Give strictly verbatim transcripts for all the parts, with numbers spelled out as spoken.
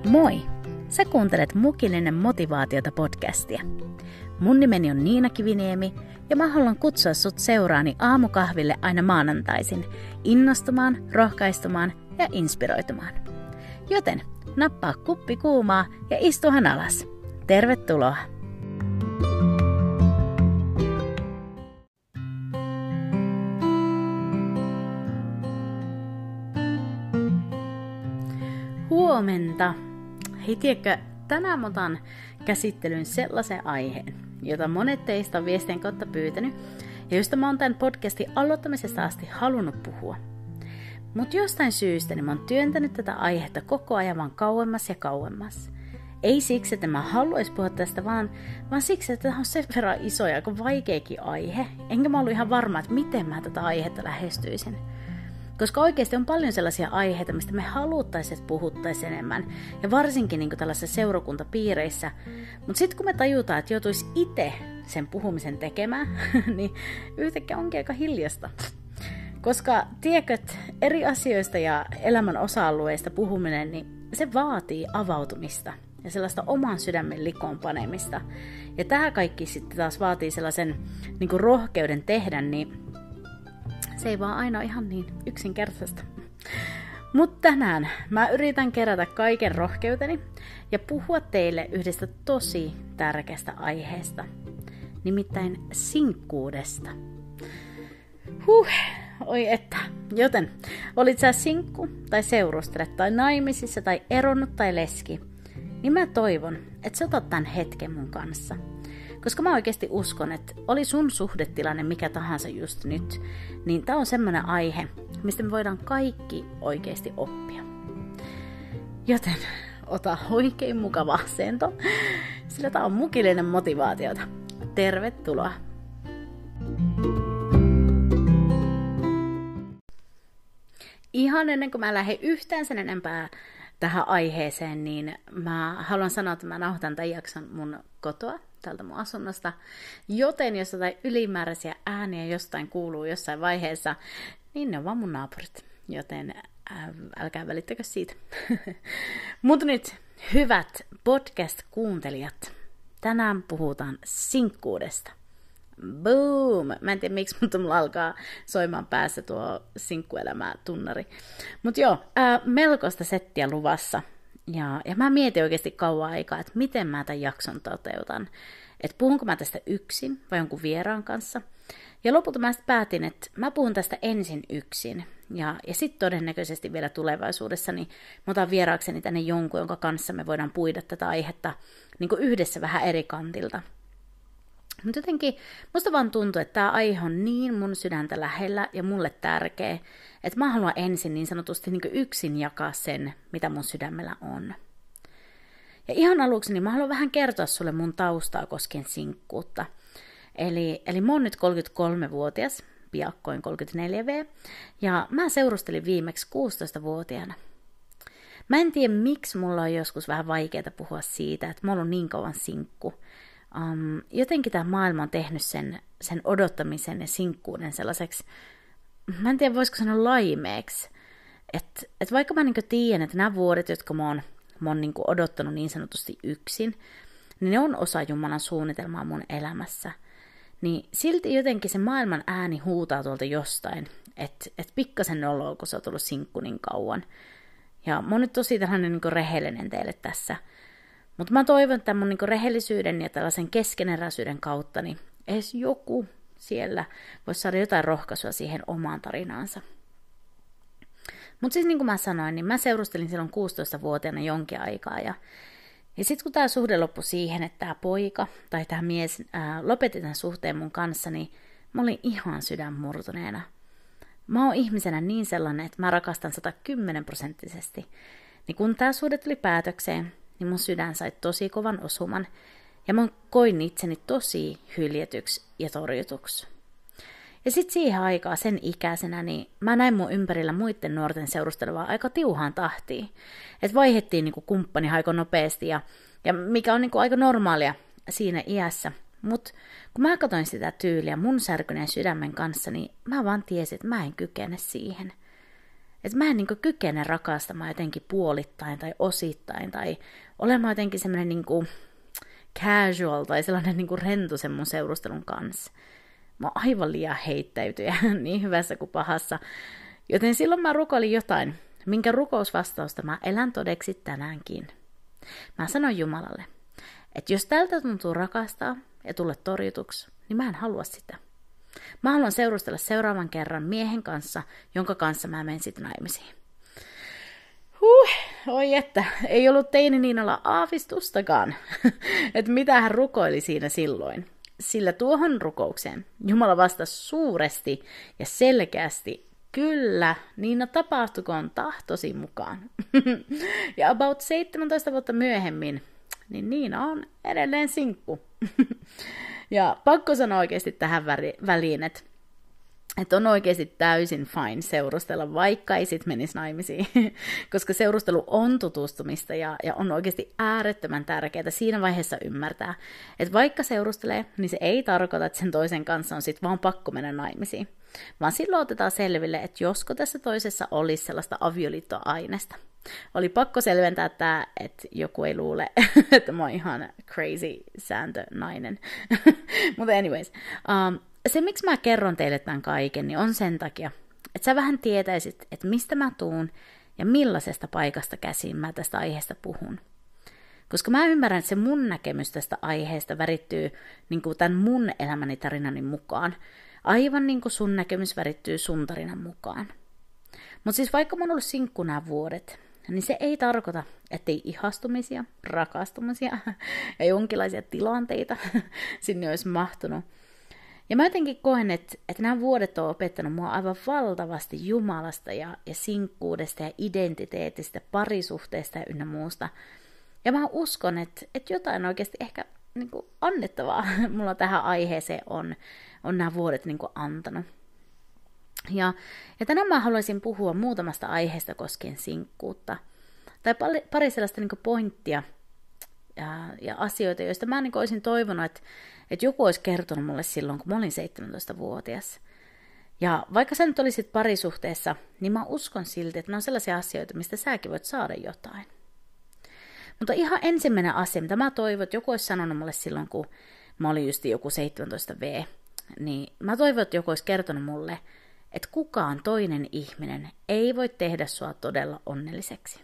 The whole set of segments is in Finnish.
Moi! Sä kuuntelet Mukillinen motivaatiota podcastia. Mun nimeni on Niina Kiviniemi ja mä haluan kutsua sut seuraani aamukahville aina maanantaisin innostumaan, rohkaistumaan ja inspiroitumaan. Joten nappaa kuppi kuumaa ja istuhan alas. Tervetuloa! Huomenta! Hei tiedätkö, tänään mä otan käsittelyyn sellaisen aiheen, jota monet teistä on viestien kautta pyytänyt ja josta mä oon tämän podcastin aloittamisesta asti halunnut puhua. Mutta jostain syystä niin mä oon työntänyt tätä aihetta koko ajan vaan kauemmas ja kauemmas. Ei siksi, että mä haluais puhua tästä, vaan, vaan siksi, että tämä on sen verran iso ja aika vaikeakin aihe. Enkä mä ollut ihan varma, että miten mä tätä aihetta lähestyisin. Koska oikeasti on paljon sellaisia aiheita, mistä me haluttaisiin, että puhuttaisiin enemmän. Ja varsinkin niin tällaisissa seurakuntapiireissä. Mutta sitten kun me tajutaan, että joutuisi itse sen puhumisen tekemään, niin yhtäkkiä onkin aika hiljasta. Koska tiedätkö, eri asioista ja elämän osa-alueista puhuminen, niin se vaatii avautumista ja sellaista oman sydämen likoon panemista. Ja tämä kaikki sitten taas vaatii sellaisen niin kuin rohkeuden tehdä, niin se ei vaan aina ihan niin yksinkertaista. Mutta tänään mä yritän kerätä kaiken rohkeuteni ja puhua teille yhdestä tosi tärkeästä aiheesta. Nimittäin sinkkuudesta. Huh, oi että. Joten, olit sä sinkku tai seurustelet tai naimisissa tai eronnut tai leski, niin mä toivon, että sä otat tämän hetken mun kanssa. Koska mä oikeasti uskon, että oli sun suhdetilanne mikä tahansa just nyt, niin tää on semmoinen aihe, mistä me voidaan kaikki oikeasti oppia. Joten ota oikein mukava asento, sillä tää on Mukillinen motivaatiota. Tervetuloa! Ihan ennen kuin mä lähden yhtään sen enempää tähän aiheeseen, niin mä haluan sanoa, että mä nauhoitan tämän jakson mun kotoa, täältä mun asunnosta. Joten jos jotain ylimääräisiä ääniä jostain kuuluu jossain vaiheessa, niin ne on vaan mun naapurit. Joten äh, älkää välittäkö siitä. Mutta nyt, hyvät podcast-kuuntelijat, tänään puhutaan sinkkuudesta. Boom! Mä en tiedä miksi, mutta mulla alkaa soimaan päässä tuo sinkkuelämää tunnari. Mutta joo, ää, melkoista settiä luvassa. Ja, ja mä mietin oikeasti kauan aikaa, että miten mä tämän jakson toteutan. Että puhunko mä tästä yksin vai jonkun vieraan kanssa. Ja lopulta mä sitten päätin, että mä puhun tästä ensin yksin. Ja, ja sitten todennäköisesti vielä tulevaisuudessa niin mä otan vieraakseni tänne jonkun, jonka kanssa me voidaan puida tätä aihetta niin kuin yhdessä vähän eri kantilta. Mutta jotenkin musta vaan tuntuu, että tämä aihe on niin mun sydäntä lähellä ja mulle tärkeä, että mä haluan ensin niin sanotusti niin yksin jakaa sen, mitä mun sydämellä on. Ja ihan aluksi niin mä haluan vähän kertoa sulle mun taustaa koskien sinkkuutta. Eli, eli mä oon nyt kolmekymmentäkolmevuotias, piakkoin kolmekymmentäneljä vuotias, ja mä seurustelin viimeksi kuusitoistavuotiaana. Mä en tiedä, miksi mulla on joskus vähän vaikeaa puhua siitä, että mä oon ollut niin kauan sinkku. Um, jotenkin tämä maailma on tehnyt sen, sen odottamisen ja sinkkuuden sellaiseksi, mä en tiedä voisiko sanoa laimeeksi, että et vaikka mä niinku tiedän, että nämä vuodet, jotka mä oon, mä oon niinku odottanut niin sanotusti yksin, niin ne on osa Jumalan suunnitelmaa mun elämässä, niin silti jotenkin se maailman ääni huutaa tuolta jostain, että et pikkasen noloa, kun sä oot ollut sinkku niin kauan. Ja mä oon nyt tosi tällainen niinku rehellinen teille tässä. Mutta mä toivon, että mun niinku rehellisyyden ja tällaisen keskeneräisyyden kautta niin edes joku siellä voisi saada jotain rohkaisua siihen omaan tarinaansa. Mutta siis niin kuin mä sanoin, niin mä seurustelin silloin kuusitoistavuotiaana jonkin aikaa. Ja, ja sitten kun tämä suhde loppui siihen, että tämä poika tai tämä mies ää, lopetti tämän suhteen mun kanssa, niin mä olin ihan sydänmurtuneena. Mä oon ihmisenä niin sellainen, että mä rakastan sata kymmenen prosenttisesti. Niin kun tämä suhde tuli päätökseen, niin mun sydän sai tosi kovan osuman, ja mä koin itseni tosi hyljetyksi ja torjutuksi. Ja sitten siihen aikaan sen ikäisenä, niin mä näin mun ympärillä muiden nuorten seurustelevaa aika tiuhaan tahtiin. Että vaihdettiin niinku kumppani aika nopeasti, ja, ja mikä on niinku aika normaalia siinä iässä. Mutta kun mä katsoin sitä tyyliä mun särkyneen sydämen kanssa, niin mä vaan tiesin, että mä en kykene siihen. Että mä en niin kuin kykene rakastamaan jotenkin puolittain tai osittain tai olemaan jotenkin semmoinen niin kuin casual tai sellainen niin kuin rento sen mun seurustelun kanssa. Mä oon aivan liian heittäytyjä niin hyvässä kuin pahassa. Joten silloin mä rukoilin jotain, minkä rukousvastausta mä elän todeksi tänäänkin. Mä sanoin Jumalalle, että jos tältä tuntuu rakastaa ja tulla torjutuksi, niin mä en halua sitä. Mä haluan seurustella seuraavan kerran miehen kanssa, jonka kanssa mä menen sitten naimisiin. Huh, oi että, ei ollut teini Niinalla aavistustakaan, että mitä hän rukoili siinä silloin. Sillä tuohon rukoukseen Jumala vastasi suuresti ja selkeästi, kyllä, Niina tapahtukoon tahtosi mukaan. Ja about seitsemäntoista vuotta myöhemmin, niin Niina on edelleen sinkku. Ja pakko sanoa oikeasti tähän väliin, että, että on oikeasti täysin fine seurustella, vaikka ei sit menisi naimisiin. Koska seurustelu on tutustumista ja, ja on oikeasti äärettömän tärkeää siinä vaiheessa ymmärtää, että vaikka seurustelee, niin se ei tarkoita, että sen toisen kanssa on sit vaan pakko mennä naimisiin. Vaan silloin otetaan selville, että josko tässä toisessa olisi sellaista avioliittoainesta. Oli pakko selventää tämä, että joku ei luule, että mä oon ihan crazy sääntönainen. Mutta anyways, um, se miksi mä kerron teille tämän kaiken, niin on sen takia, että sä vähän tietäisit, että mistä mä tuun ja millaisesta paikasta käsin mä tästä aiheesta puhun. Koska mä ymmärrän, että se mun näkemys tästä aiheesta värittyy niin kuin tämän mun elämäni tarinani mukaan, aivan niin kuin sun näkemys värittyy sun tarinan mukaan. Mutta siis vaikka mä oon ollut sinkku nämä vuodet, niin se ei tarkoita, ettei ihastumisia, rakastumisia ja jonkinlaisia tilanteita sinne olisi mahtunut. Ja mä jotenkin koen, että, että nämä vuodet on opettanut mua aivan valtavasti Jumalasta ja, ja sinkkuudesta ja identiteetistä, parisuhteesta ja ynnä muusta. Ja mä uskon, että, että jotain oikeasti ehkä niin kuin annettavaa mulla tähän aiheeseen on, on nämä vuodet niin kuin antanut. Ja, ja tänään mä haluaisin puhua muutamasta aiheesta koskien sinkkuutta. Tai pari, pari sellaista niin kuin pointtia ja, ja asioita, joista mä niin kuin olisin toivonut, että, että joku olisi kertonut mulle silloin, kun mä olin seitsemäntoistavuotias. Ja vaikka sä nyt olisit parisuhteessa, niin mä uskon silti, että ne on sellaisia asioita, mistä säkin voit saada jotain. Mutta ihan ensimmäinen asia, mitä mä toivon, että joku olisi sanonut mulle silloin, kun mä olin just joku seitsemäntoista vuotias, niin mä toivon, että joku olisi kertonut mulle, että kukaan toinen ihminen ei voi tehdä sua todella onnelliseksi.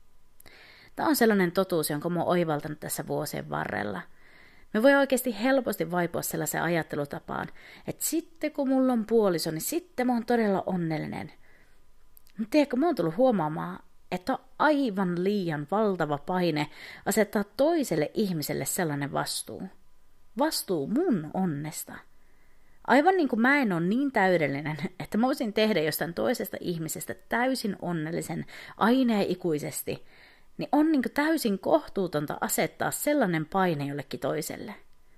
Tämä on sellainen totuus, jonka mä oon oivaltanut tässä vuosien varrella. Me voi oikeasti helposti vaipua sellaiseen ajattelutapaan, että sitten kun mulla on puoliso, niin sitten mä oon todella onnellinen. Mutta tiedätkö, mä oon tullut huomaamaan, että on aivan liian valtava paine asettaa toiselle ihmiselle sellainen vastuu. Vastuu mun onnesta. Aivan niin kuin mä en ole niin täydellinen, että mä voisin tehdä jostain toisesta ihmisestä täysin onnellisen aina ja ikuisesti, niin on niin kuin täysin kohtuutonta asettaa sellainen paine jollekin toiselle.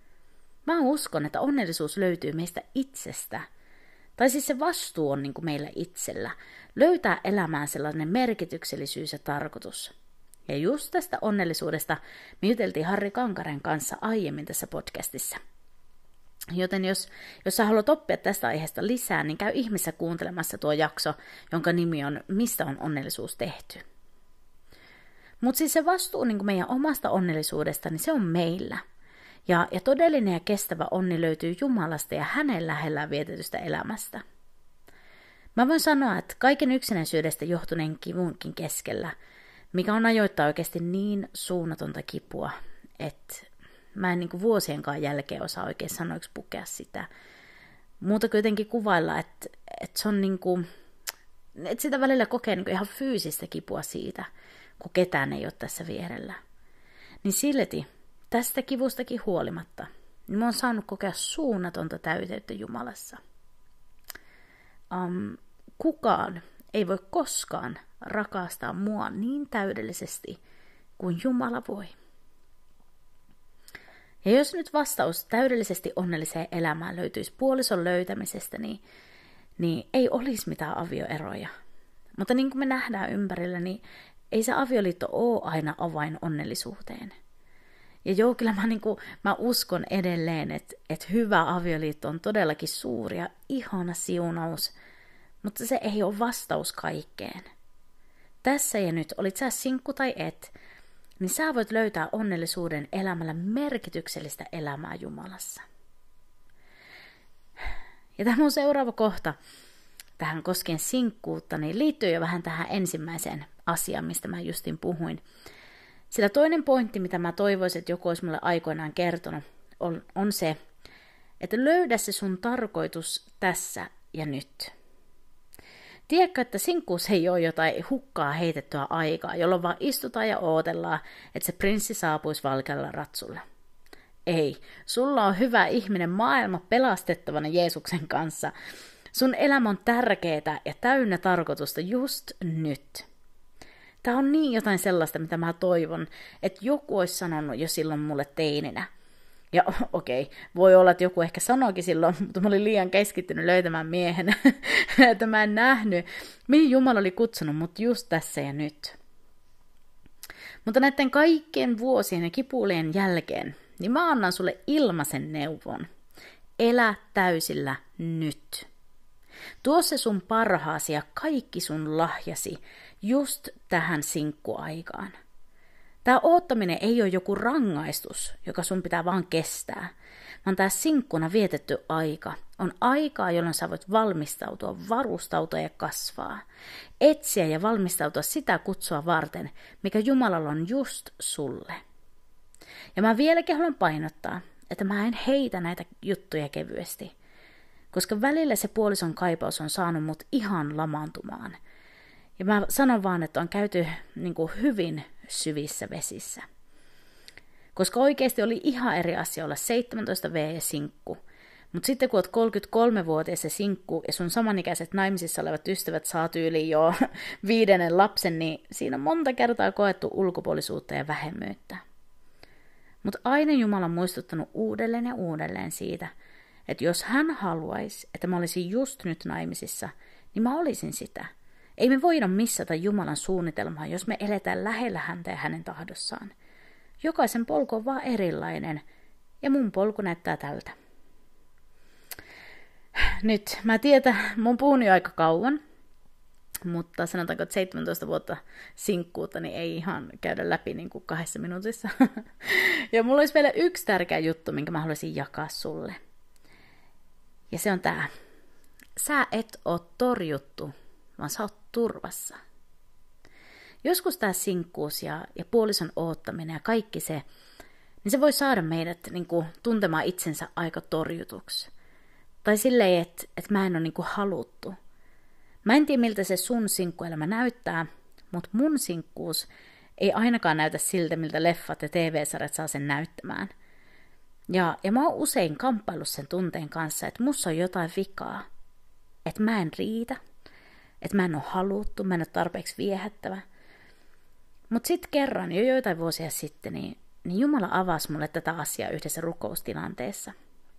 Mä uskon, että onnellisuus löytyy meistä itsestä. Tai siis se vastuu on niin kuin meillä itsellä. Löytää elämään sellainen merkityksellisyys ja tarkoitus. Ja just tästä onnellisuudesta me juteltiin Harri Kankaren kanssa aiemmin tässä podcastissa. Joten jos, jos sä haluat oppia tästä aiheesta lisää, niin käy ihmeessä kuuntelemassa tuo jakso, jonka nimi on Mistä on onnellisuus tehty. Mutta siis se vastuu niin kuin meidän omasta onnellisuudesta, niin se on meillä. Ja, ja todellinen ja kestävä onni löytyy Jumalasta ja hänen lähellään vietetystä elämästä. Mä voin sanoa, että kaiken yksinäisyydestä johtuneen kivunkin keskellä, mikä on ajoittaa oikeasti niin suunnatonta kipua, että mä en niin kuin vuosienkaan jälkeen osaa oikein sanoiksi pukea sitä. Muuta kuin jotenkin kuvailla, että, että, se on niin kuin, että sitä välillä kokee niin kuin ihan fyysistä kipua siitä, kun ketään ei ole tässä vierellä. Niin silti tästä kivustakin huolimatta, niin mä oon saanut kokea suunnatonta täyteyttä Jumalassa. Um, kukaan ei voi koskaan rakastaa mua niin täydellisesti kuin Jumala voi. Ja jos nyt vastaus täydellisesti onnelliseen elämään löytyisi puolison löytämisestä, niin, niin ei olisi mitään avioeroja. Mutta niin kuin me nähdään ympärillä, niin ei se avioliitto ole aina avain onnellisuuteen. Ja joo, kyllä mä, niin kuin, mä uskon edelleen, että, että hyvä avioliitto on todellakin suuri ja ihana siunaus. mutta se ei ole vastaus kaikkeen. Tässä ja nyt, olit sä sinkku tai et, niin sä voit löytää onnellisuuden elämällä merkityksellistä elämää Jumalassa. Ja tämä mun seuraava kohta, tähän koskien sinkkuutta, niin liittyy jo vähän tähän ensimmäiseen asiaan, mistä mä justin puhuin. Sillä toinen pointti, mitä mä toivoisin, että joku olisi mulle aikoinaan kertonut, on, on se, että löydä se sun tarkoitus tässä ja nyt. Tiedätkö, että sinkkuus ei ole jotain hukkaa heitettyä aikaa, jolloin vaan istutaan ja ootellaan, että se prinssi saapuisi valkealla ratsulla. Ei, sulla on hyvä ihminen maailma pelastettavana Jeesuksen kanssa. Sun elämä on tärkeää ja täynnä tarkoitusta just nyt. Tämä on niin jotain sellaista, mitä mä toivon, että joku olisi sanonut jo silloin mulle teininä. Ja okei, okay, voi olla, että joku ehkä sanoikin silloin, mutta mä olin liian keskittynyt löytämään miehen, että mä en nähnyt, mihin Jumala oli kutsunut mut just tässä ja nyt. Mutta näiden kaikkien vuosien ja kipuilien jälkeen, niin mä annan sulle ilmaisen neuvon. Elä täysillä nyt. Tuo se sun parhaasi ja kaikki sun lahjasi just tähän sinkkuaikaan. Tämä oottaminen ei ole joku rangaistus, joka sun pitää vaan kestää, vaan tämä sinkkuna vietetty aika on aikaa, jolloin sä voit valmistautua, varustautua ja kasvaa. Etsiä ja valmistautua sitä kutsua varten, mikä Jumalalla on just sulle. Ja mä vieläkin haluan painottaa, että mä en heitä näitä juttuja kevyesti, koska välillä se puolison kaipaus on saanut mut ihan lamaantumaan. Ja mä sanon vaan, että on käyty niin kuin hyvin syvissä vesissä. Koska oikeasti oli ihan eri asia olla seitsemäntoista vuotias ja sinkku. Mutta sitten kun oot kolmekymmentäkolmevuotias ja sinkku ja sun samanikäiset naimisissa olevat ystävät saa tyyliin jo viidennen lapsen, niin siinä on monta kertaa koettu ulkopuolisuutta ja vähemmyyttä. Mutta aina Jumala on muistuttanut uudelleen ja uudelleen siitä, että jos hän haluaisi, että mä olisin just nyt naimisissa, niin mä olisin sitä. Ei me voida missata Jumalan suunnitelmaa, jos me eletään lähellä häntä ja hänen tahdossaan. Jokaisen polku on vaan erilainen, ja mun polku näyttää tältä. Nyt, mä tiedän, mä oon puhunut jo aika kauan, mutta sanotaanko, että seitsemäntoista vuotta sinkkuutta niin ei ihan käydä läpi niin kuin kahdessa minuutissa. Ja mulla olisi vielä yksi tärkeä juttu, minkä mä haluaisin jakaa sulle. Ja se on tää. Sä et oo torjuttu, vaan sä oot turvassa. Joskus tää sinkkuus ja, ja puolison oottaminen ja kaikki se, niin se voi saada meidät niin kuin, tuntemaan itsensä aika torjutuksi. Tai silleen, että, että mä en ole niin kuin, haluttu. Mä en tiedä, miltä se sun sinkkuelämä näyttää, mutta mun sinkkuus ei ainakaan näytä siltä, miltä leffat ja T V-sarjat saa sen näyttämään. Ja, ja mä oon usein kamppaillut sen tunteen kanssa, että musta on jotain vikaa. Että mä en riitä, että mä en ole haluttu, mä en ole tarpeeksi viehättävä. Mutta sitten kerran, jo joitain vuosia sitten, niin, niin Jumala avasi mulle tätä asiaa yhdessä rukoustilanteessa.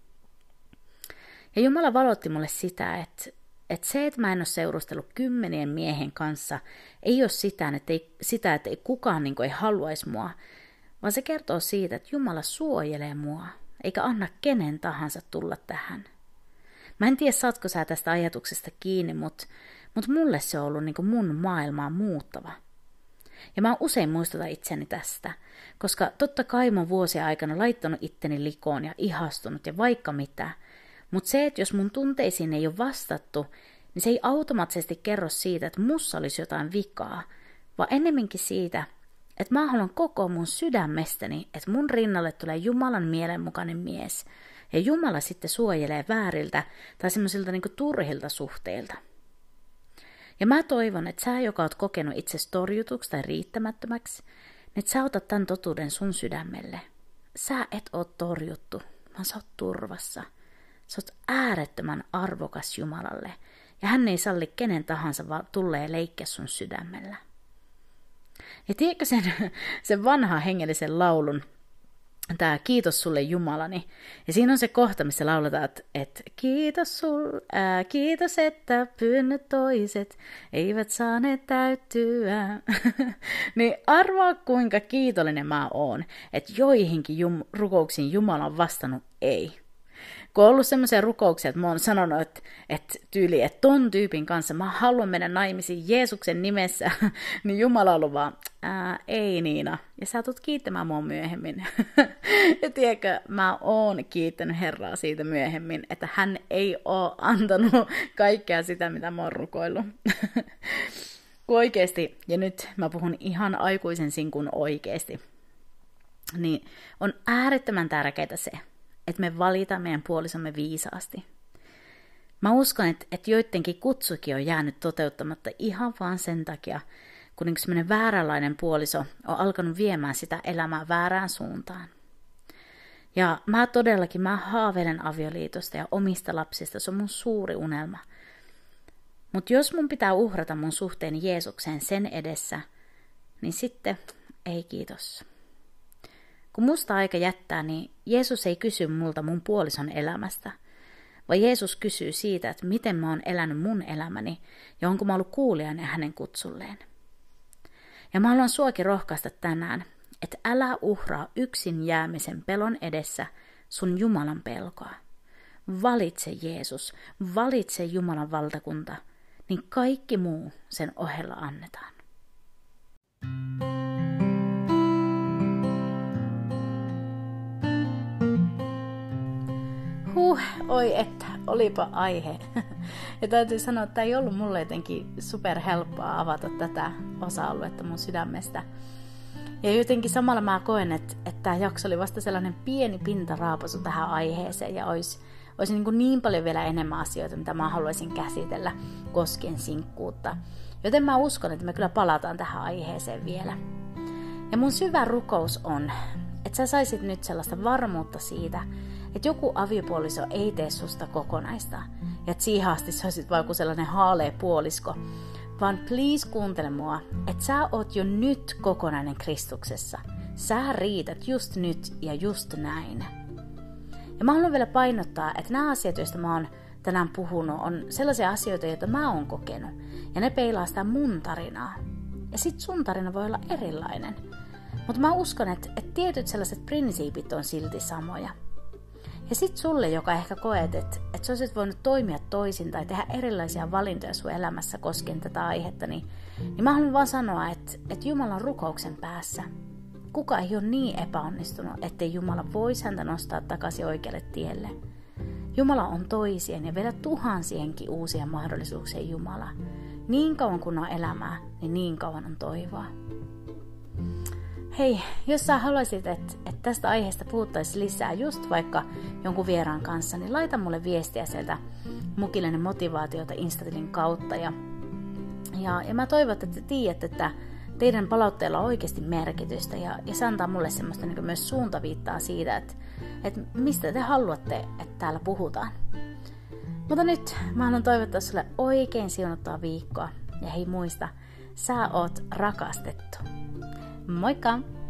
Ja Jumala valotti mulle sitä, että, että se, että mä en ole seurustellut kymmenien miehen kanssa, ei ole sitä, että ei, sitä, että ei kukaan niin kuin, ei haluaisi mua, vaan se kertoo siitä, että Jumala suojelee mua, eikä anna kenen tahansa tulla tähän. Mä en tiedä, saatko sä tästä ajatuksesta kiinni, mutta, mutta mulle se on ollut niin kuin mun maailmaa muuttava. Ja mä usein muistutan itseni tästä, koska totta kai mä oon vuosien aikana laittanut itteni likoon ja ihastunut ja vaikka mitä, mutta se, että jos mun tunteisiin ei ole vastattu, niin se ei automaattisesti kerro siitä, että mussa olisi jotain vikaa, vaan ennemminkin siitä, että mä haluan koko mun sydämestäni, että mun rinnalle tulee Jumalan mielenmukainen mies, ja Jumala sitten suojelee vääriltä tai semmoisilta niinku turhilta suhteilta. Ja mä toivon, että sä, joka oot kokenut itsesi torjutuksi tai riittämättömäksi, että sä otat tämän totuuden sun sydämelle. Sä et oo torjuttu, vaan sä oot turvassa. Sä oot äärettömän arvokas Jumalalle, ja hän ei salli kenen tahansa vaan tulee leikkiä sun sydämellä. Ja tiedätkö sen, sen vanhan hengellisen laulun, tämä Kiitos sulle Jumalani. Ja siinä on se kohta, missä lauletaan, että, että kiitos, sul, ää, kiitos, että pyynnöt toiset eivät saaneet täyttyä. Niin arvaa, kuinka kiitollinen mä oon, että joihinkin jum, rukouksiin Jumala on vastannut ei. kun on ollut semmoisia rukouksia, että mä oon sanonut, että, että tyyli, että ton tyypin kanssa mä haluan mennä naimisiin Jeesuksen nimessä, niin Jumala on ollut vaan, ää, ei Niina, ja sä tulet kiittämään mua myöhemmin. Ja tiedätkö, mä oon kiittänyt Herraa siitä myöhemmin, että hän ei oo antanut kaikkea sitä, mitä mä oon rukoillut. Oikeesti, ja nyt mä puhun ihan aikuisen sinkun oikeesti, niin on äärettömän tärkeää se, että me valitaan meidän puolisomme viisaasti. Mä uskon, että, että joidenkin kutsukin on jäänyt toteuttamatta ihan vaan sen takia, kun niin semmoinen vääränlainen puoliso on alkanut viemään sitä elämää väärään suuntaan. Ja mä todellakin, mä haaveilen avioliitosta ja omista lapsista, se on mun suuri unelma. Mutta jos mun pitää uhrata mun suhteeni Jeesukseen sen edessä, niin sitten ei kiitos. Kun musta aika jättää, niin Jeesus ei kysy multa mun puolison elämästä, vaan Jeesus kysyy siitä, että miten mä oon elänyt mun elämäni ja onko mä ollut kuulijainen hänen kutsulleen. Ja mä haluan suokin rohkaista tänään, että älä uhraa yksin jäämisen pelon edessä sun Jumalan pelkoa. Valitse Jeesus, valitse Jumalan valtakunta, niin kaikki muu sen ohella annetaan. Huh, oi että, olipa aihe. Ja täytyy sanoa, että tämä ei ollut mulle jotenkin superhelppoa avata tätä osa-aluetta mun sydämestä. Ja jotenkin samalla mä koen, että, että tämä jakso oli vasta sellainen pieni pintaraapasu tähän aiheeseen ja olisi, olisi niin, kuin niin paljon vielä enemmän asioita, mitä mä haluaisin käsitellä koskien sinkkuutta. Joten mä uskon, että me kyllä palataan tähän aiheeseen vielä. Ja mun syvä rukous on, että sä saisit nyt sellaista varmuutta siitä, että joku aviopuoliso ei tee susta kokonaista. Ja että siihen asti sä olisit vaan joku sellainen haalea puolisko. Vaan please kuuntele mua, että sä oot jo nyt kokonainen Kristuksessa. Sä riität just nyt ja just näin. Ja mä haluan vielä painottaa, että nämä asiat, joista mä oon tänään puhunut, on sellaisia asioita, joita mä oon kokenut. Ja ne peilaa sitä mun tarinaa. Ja sit sun tarina voi olla erilainen. Mutta mä uskon, että, että tietyt sellaiset prinsiipit on silti samoja. Ja sit sulle, joka ehkä koet, että, että sä olisit voinut toimia toisin tai tehdä erilaisia valintoja sun elämässä koskien tätä aihetta, niin, niin mä haluan vaan sanoa, että, että Jumala on rukouksen päässä. Kuka ei ole niin epäonnistunut, ettei Jumala voisi häntä nostaa takaisin oikealle tielle. Jumala on toisien ja vielä tuhansienkin uusia mahdollisuuksia Jumala. Niin kauan kun on elämää, niin niin kauan on toivoa. Hei, jos sä haluaisit, että, että tästä aiheesta puhuttaisiin lisää just vaikka jonkun vieraan kanssa, niin laita mulle viestiä sieltä Mukillinen motivaatiota Instatilin kautta. Ja, ja, ja mä toivon, että te tiedätte, että teidän palautteella on oikeasti merkitystä ja, ja se antaa mulle semmoista niin myös suuntaviittaa siitä, että, että mistä te haluatte, että täällä puhutaan. Mutta nyt mä haluan toivottaa sulle oikein siunattua viikkoa ja hei muista, sä oot rakastettu. Moikka!